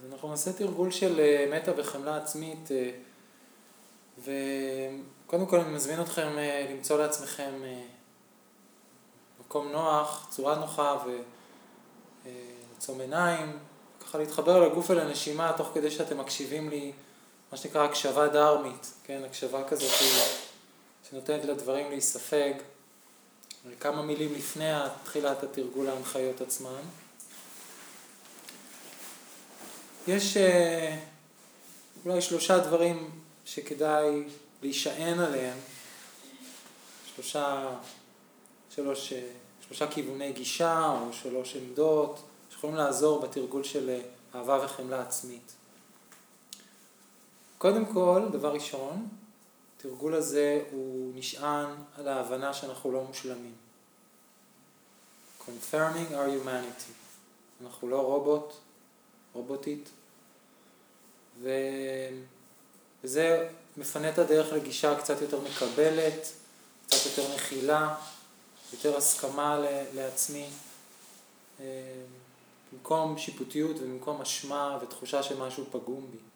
אז אנחנו נעשה תרגול של מטה וחמלה עצמית, וקודם כל אני מזמין אתכם למצוא לעצמכם מקום נוח, צורה נוחה, ולעצום עיניים, ככה להתחבר לגוף ולנשימה תוך כדי שאתם מקשיבים לי, מה שנקרא הקשבה דרמית, כן? הקשבה כזאת שנותנת לדברים להיספג, וכמה מילים לפני תחילת התרגול ההנחיות עצמן. יש אולי 3 דברים שכדאי להישען עליהם, 3 כיווני גישה או 3 עמדות שיכולים לעזור בתרגול של אהבה וחמלה עצמית. קודם כל, דבר ראשון, התרגול הזה הוא נשען על ההבנה שאנחנו לא מושלמים. Confirming our humanity. אנחנו לא רובוטית, וזה מפנה את הדרך לגישה קצת יותר מקבלת, קצת יותר מכילה, יותר הסכמה לעצמי, במקום שיפוטיות ובמקום אשמה ותחושה שמשהו פגום בי.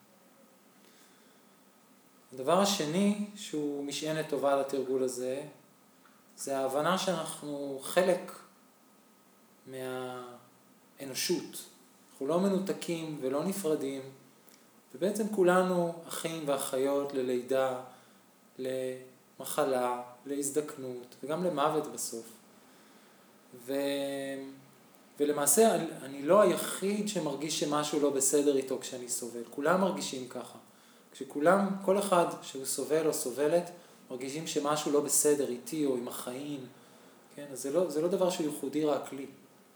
הדבר השני שהוא משענת טובה לתרגול הזה, זה ההבנה שאנחנו חלק מהאנושות. אנחנו לא מנותקים ולא נפרדים, ובעצם כולנו אחים ואחיות ללידה, למחלה, להזדקנות וגם למוות בסוף. ולמעשה אני לא היחיד שמרגיש שמשהו לא בסדר איתו כשאני סובל. כולם מרגישים ככה. כשכולם, כל אחד שהוא סובל או סובלת, מרגישים שמשהו לא בסדר איתי או עם החיים. כן? אז זה לא דבר שהוא ייחודי רק לי.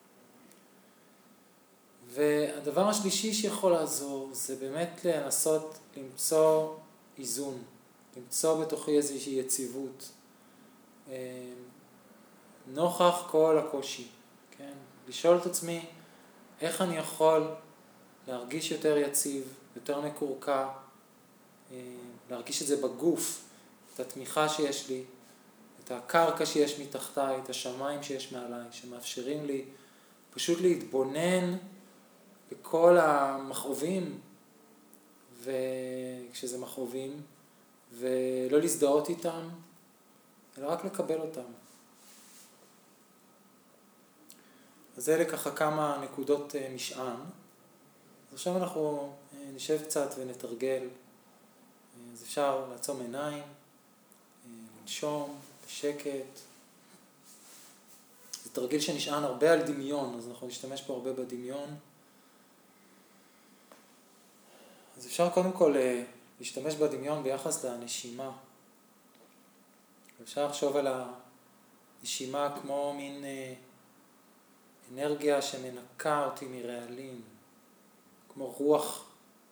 והדבר השלישי שיכול לעזור זה באמת לנסות למצוא איזון, למצוא בתוכי איזושהי יציבות, נוכח כל הקושי, כן? לשאול את עצמי איך אני יכול להרגיש יותר יציב, יותר מקורקע, להרגיש את זה בגוף, את התמיכה שיש לי, את הקרקע שיש מתחתיי, את השמיים שיש מעליי, שמאפשרים לי פשוט להתבונן בכל המכאובים, וכשזה מכאובים, ולא להזדהות איתם, אלא רק לקבל אותם. אז אלה ככה כמה נקודות משען. אז עכשיו אנחנו נשב קצת ונתרגל. אז אפשר לעצום עיניים, לנשום בשקט. זה תרגיל שנשען הרבה על דמיון, אז אנחנו נשתמש פה הרבה בדמיון. אז אפשר קודם כל להשתמש בדמיון ביחס לנשימה. אפשר לחשוב על הנשימה כמו מין אנרגיה שמנקה אותי מרעלים, כמו רוח.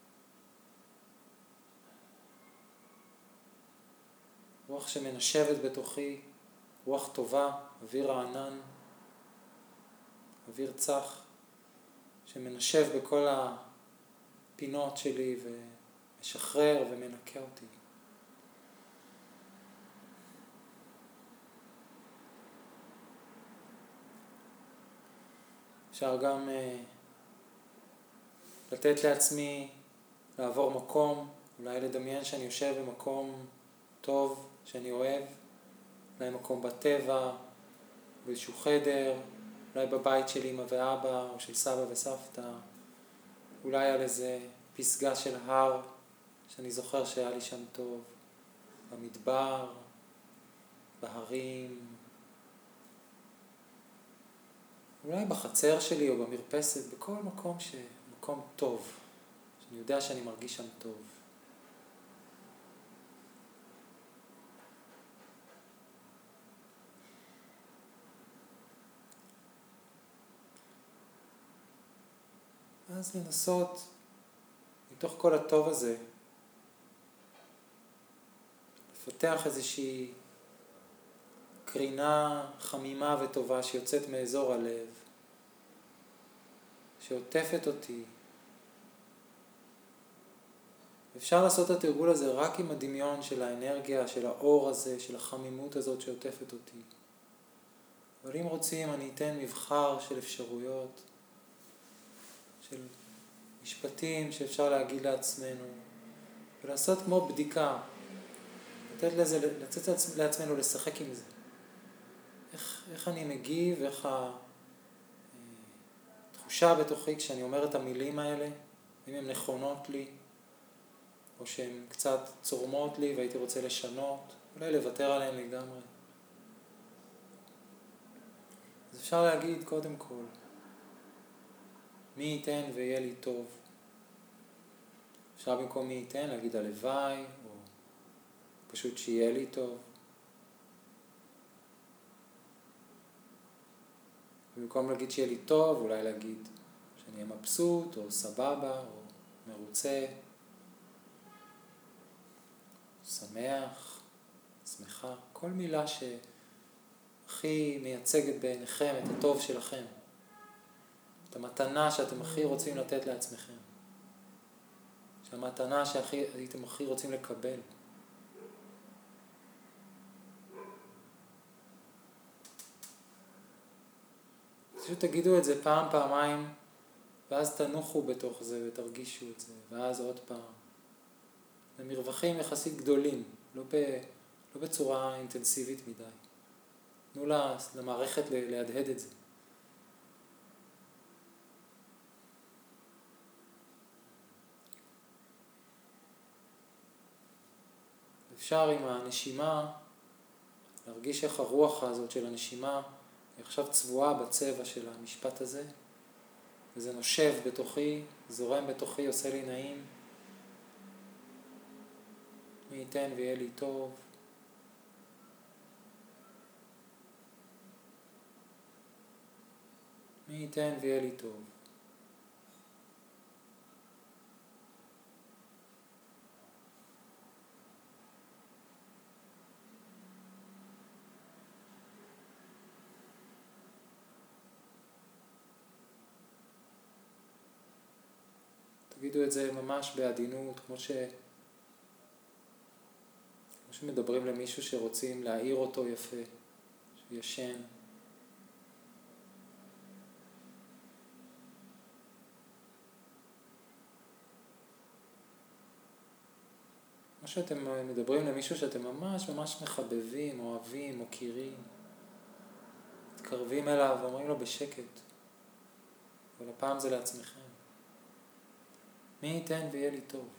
רוח שמנשבת בתוכי, רוח טובה, אוויר רענן, אוויר צח, שמנשב בכל הפינות שלי ומשחרר ומנקה אותי. אפשר גם לתת לעצמי לעבור מקום, אולי לדמיין שאני יושב במקום טוב, שאני אוהב, אולי מקום בטבע, באיזשהו חדר, אולי בבית של אמא ואבא, או של סבא וסבתא, אולי על איזה פסגה של הר, שאני זוכר שהיה לי שם טוב, במדבר, בהרים, אולי בחצר שלי או במרפסת, בכל מקום טוב, שאני יודע שאני מרגיש שם טוב. אז לנסות, מתוך כל הטוב הזה, לפתח איזושהי קרינה חמימה וטובה שיוצאת מאזור הלב, שעוטפת אותי. אפשר לעשות את התרגול הזה רק עם הדמיון של האנרגיה, של האור הזה, של החמימות הזאת שעוטפת אותי. אבל אם רוצים, אני אתן מבחר של אפשרויות, של משפטים שאפשר להגיד לעצמנו, ולעשות כמו בדיקה, לתת לעצמנו לשחק עם זה. איך אני מגיב, ואיך התחושה בתוכי כשאני אומר את המילים האלה, אם הן נכונות לי, או שהן קצת צורמות לי והייתי רוצה לשנות, אולי לוותר עליהן לגמרי. אז אפשר להגיד קודם כל, מי ייתן ויהיה לי טוב. אפשר במקום מי ייתן להגיד הלוואי, או פשוט שיהיה לי טוב. במקום להגיד שיהיה לי טוב, אולי להגיד שאני אהיה מבסוט, או סבבה, או מרוצה, שמח, שמחה. כל מילה שהכי מייצגת בעיניכם את הטוב שלכם. את המתנה שאתם הכי רוצים לתת לעצמכם. שהמתנה שהייתם הכי רוצים לקבל. פשוט תגידו את זה פעם, פעמיים, ואז תנוחו בתוך זה ותרגישו את זה, ואז עוד פעם. זה מרווחים יחסית גדולים, לא בצורה אינטנסיבית מדי. תנו למערכת להדהד את זה. אפשר עם הנשימה להרגיש איך הרוח הזאת של הנשימה היא עכשיו צבועה בצבע של המשפט הזה, וזה נושב בתוכי, זורם בתוכי, עושה לי נעים. מי ייתן ויהיה לי טוב. מי ייתן ויהיה לי טוב. תגידו את זה ממש בעדינות, כמו שמדברים למישהו שרוצים להעיר אותו יפה, שהוא ישן. כמו שאתם מדברים למישהו שאתם ממש ממש מחבבים, אוהבים, מוקירים. מתקרבים אליו ואומרים לו בשקט. אבל הפעם זה לעצמכם. מי ייתן ויהיה לי טוב.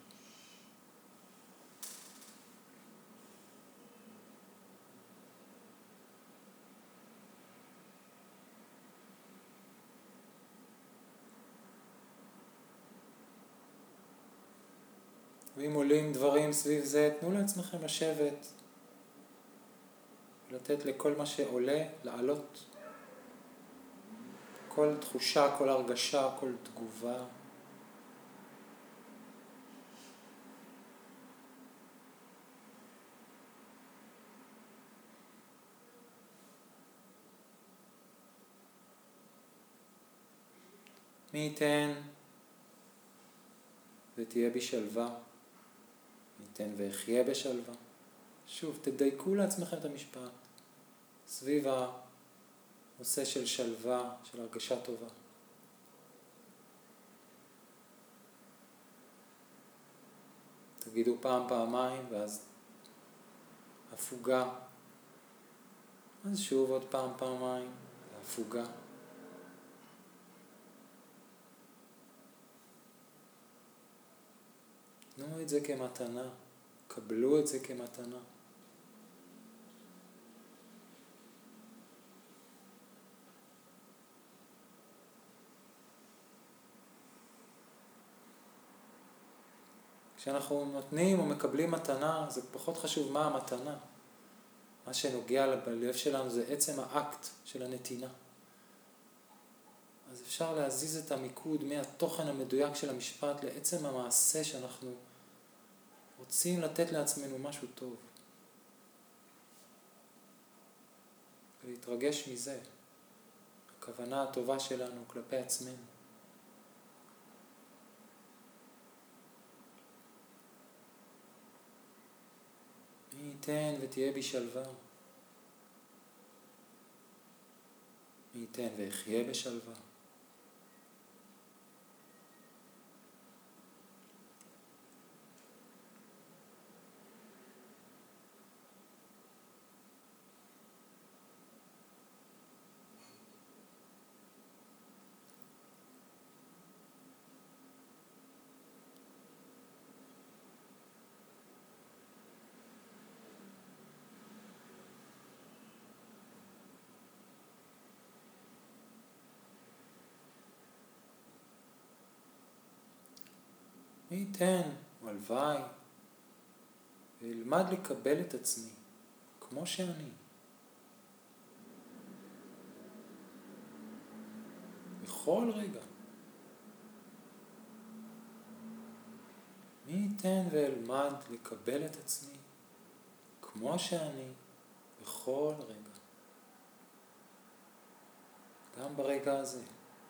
ואם עולים דברים סביב זה, תנו לעצמכם לשבת ולתת לכל מה שעולה לעלות. כל תחושה, כל הרגשה, כל תגובה. מי ייתן ותהיה בי שלווה. מי ייתן ואחיה בשלווה. שוב, תדייקו לעצמכם את המשפט סביב הנושא של שלווה, של הרגשה טובה. תגידו פעם, פעמיים, ואז הפוגה. אז שוב עוד פעם, פעמיים, הפוגה. תנו את זה כמתנה, קבלו את זה כמתנה. כשאנחנו נותנים או מקבלים מתנה, זה פחות חשוב מה המתנה. מה שנוגע בלב שלנו זה עצם האקט של הנתינה. אז אפשר להזיז את המיקוד מהתוכן המדויק של המשפט לעצם המעשה שאנחנו רוצים לתת לעצמנו משהו טוב. ולהתרגש מזה, הכוונה הטובה שלנו כלפי עצמנו. מי ייתן ותהיה בי שלווה. מי ייתן ואחיה בשלווה. מי ייתן, הלוואי, ואלמד לקבל את עצמי כמו שאני. בכל רגע. מי ייתן ואלמד לקבל את עצמי כמו שאני בכל רגע. גם ברגע הזה.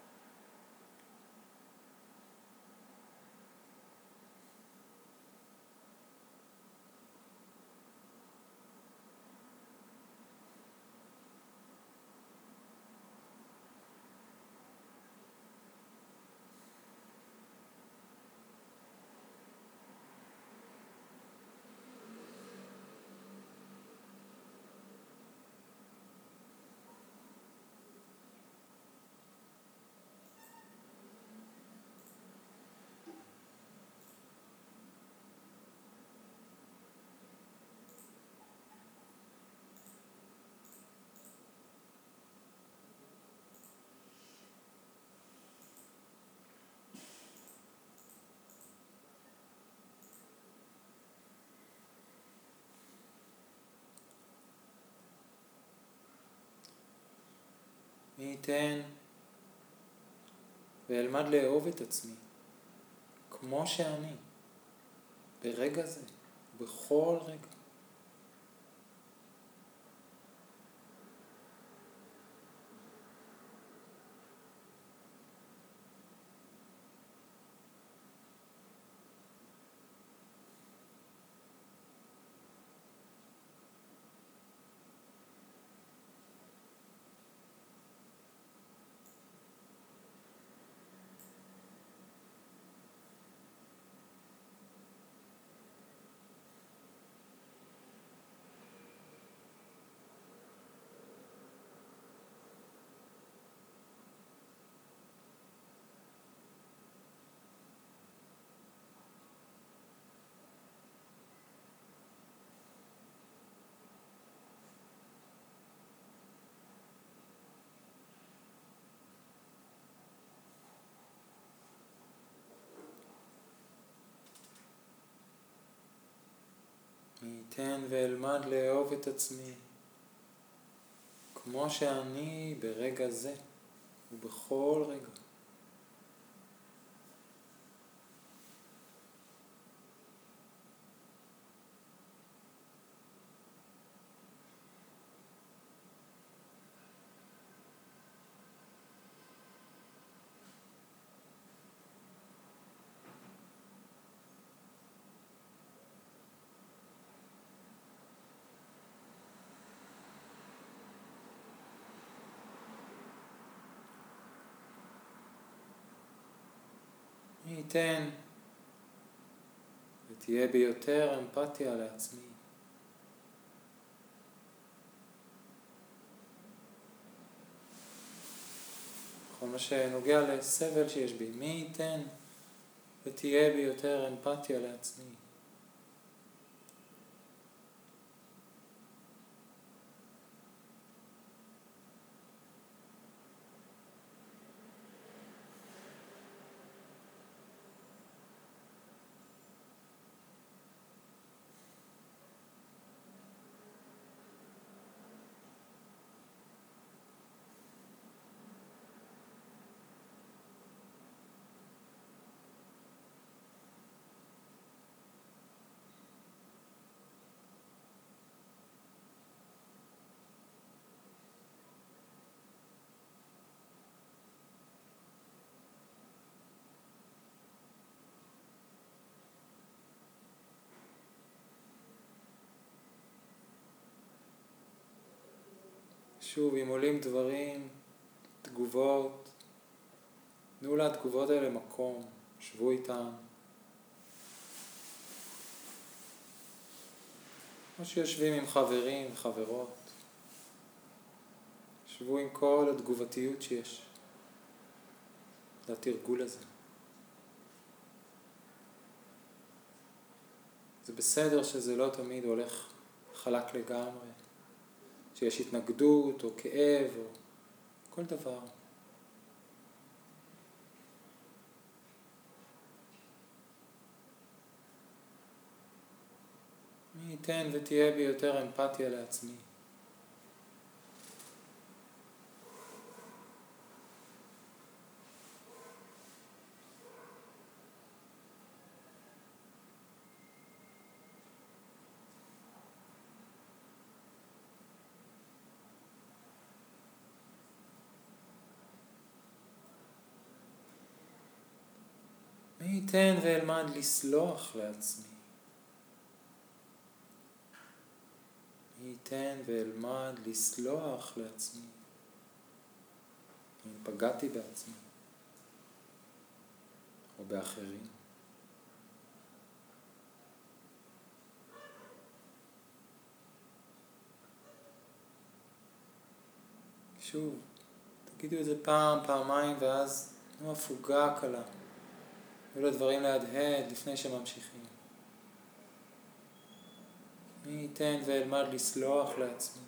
מי ייתן ואלמד לאהוב את עצמי כמו שאני ברגע זה, בכל רגע. מי ייתן ואלמד לאהוב את עצמי כמו שאני ברגע זה ובכל רגע. מי ייתן ותהיה בי יותר אמפתיה לעצמי. בכל מה שנוגע לסבל שיש בי, מי ייתן ותהיה בי יותר אמפתיה לעצמי. שוב, אם עולים דברים, תגובות, תנו לתגובות האלה מקום, שבו איתן. או שיושבים עם חברים וחברות, שבו עם כל התגובתיות שיש לתרגול הזה. זה בסדר שזה לא תמיד הולך חלק לגמרי, שיש התנגדות או כאב או כל דבר. ייתן ותהיה בי יותר אמפתיה לעצמי. מי ייתן ואלמד לסלוח לעצמי. מי ייתן ואלמד לסלוח לעצמי. אם פגעתי בעצמי או באחרים. שוב, תגידו את זה פעם, פעמיים, ואז תנו הפוגה קלה. תנו לדברים להדהד לפני שממשיכים. מי ייתן ואלמד לסלוח לעצמי.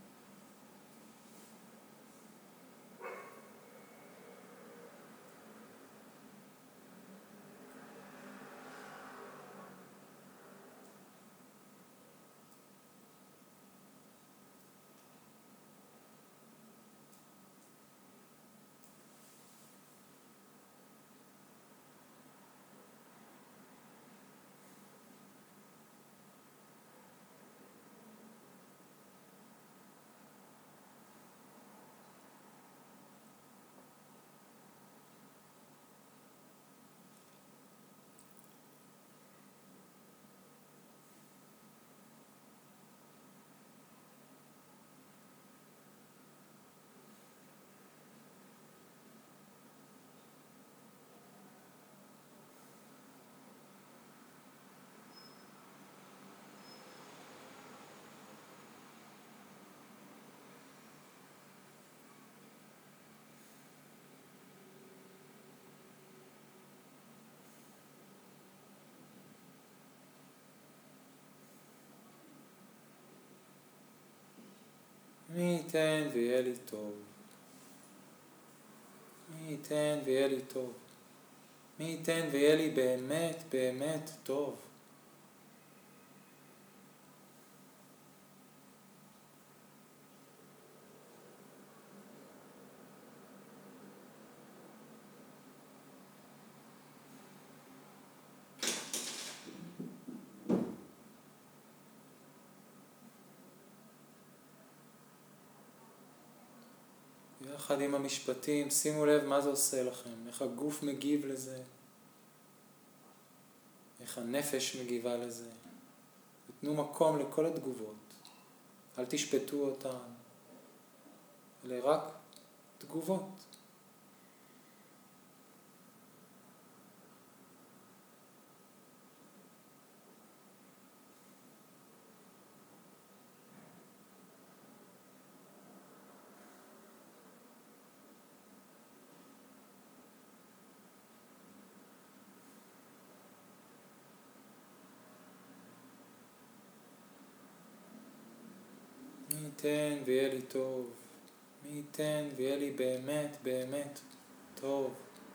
מי ייתן ויהיה לי טוב. מי ייתן ויהיה לי טוב. מי ייתן ויהיה לי באמת באמת טוב. יחד עם המשפטים, שימו לב מה זה עושה לכם, איך הגוף מגיב לזה, איך הנפש מגיבה לזה. תנו מקום לכל התגובות, אל תשפטו אותן, אלה רק תגובות. מי ייתן ויהיה לי טוב. מי ייתן ויהיה לי באמת באמת טוב.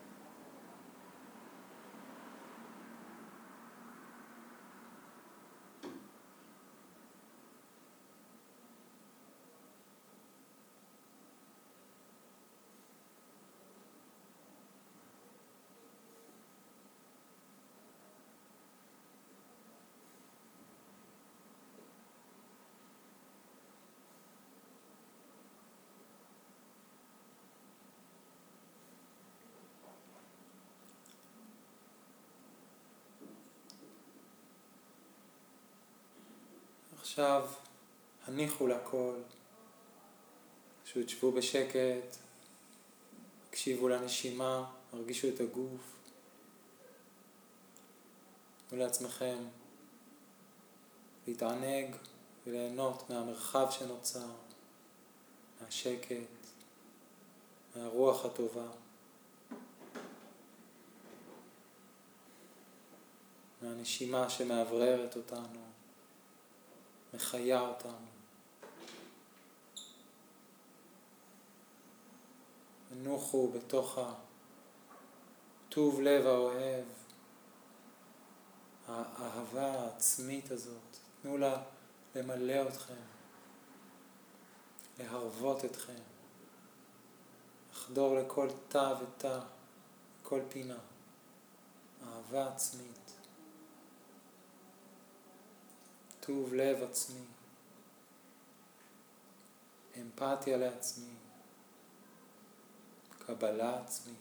עכשיו הניחו לכל, פשוט שבו בשקט, הקשיבו לנשימה, הרגישו את הגוף, תנו לעצמכם להתענג וליהנות מהמרחב שנוצר, מהשקט, מהרוח הטובה, מהנשימה שמאווררת אותנו, מחיה אותנו. ונוחו בתוך הטוב לב האוהב, האהבה העצמית הזאת. תנו לה למלא אתכם, להרוות אתכם, לחדור לכל תא ותא, לכל פינה, אהבה עצמית, טוב לב עצמי, אמפתיה לעצמי, קבלה עצמית.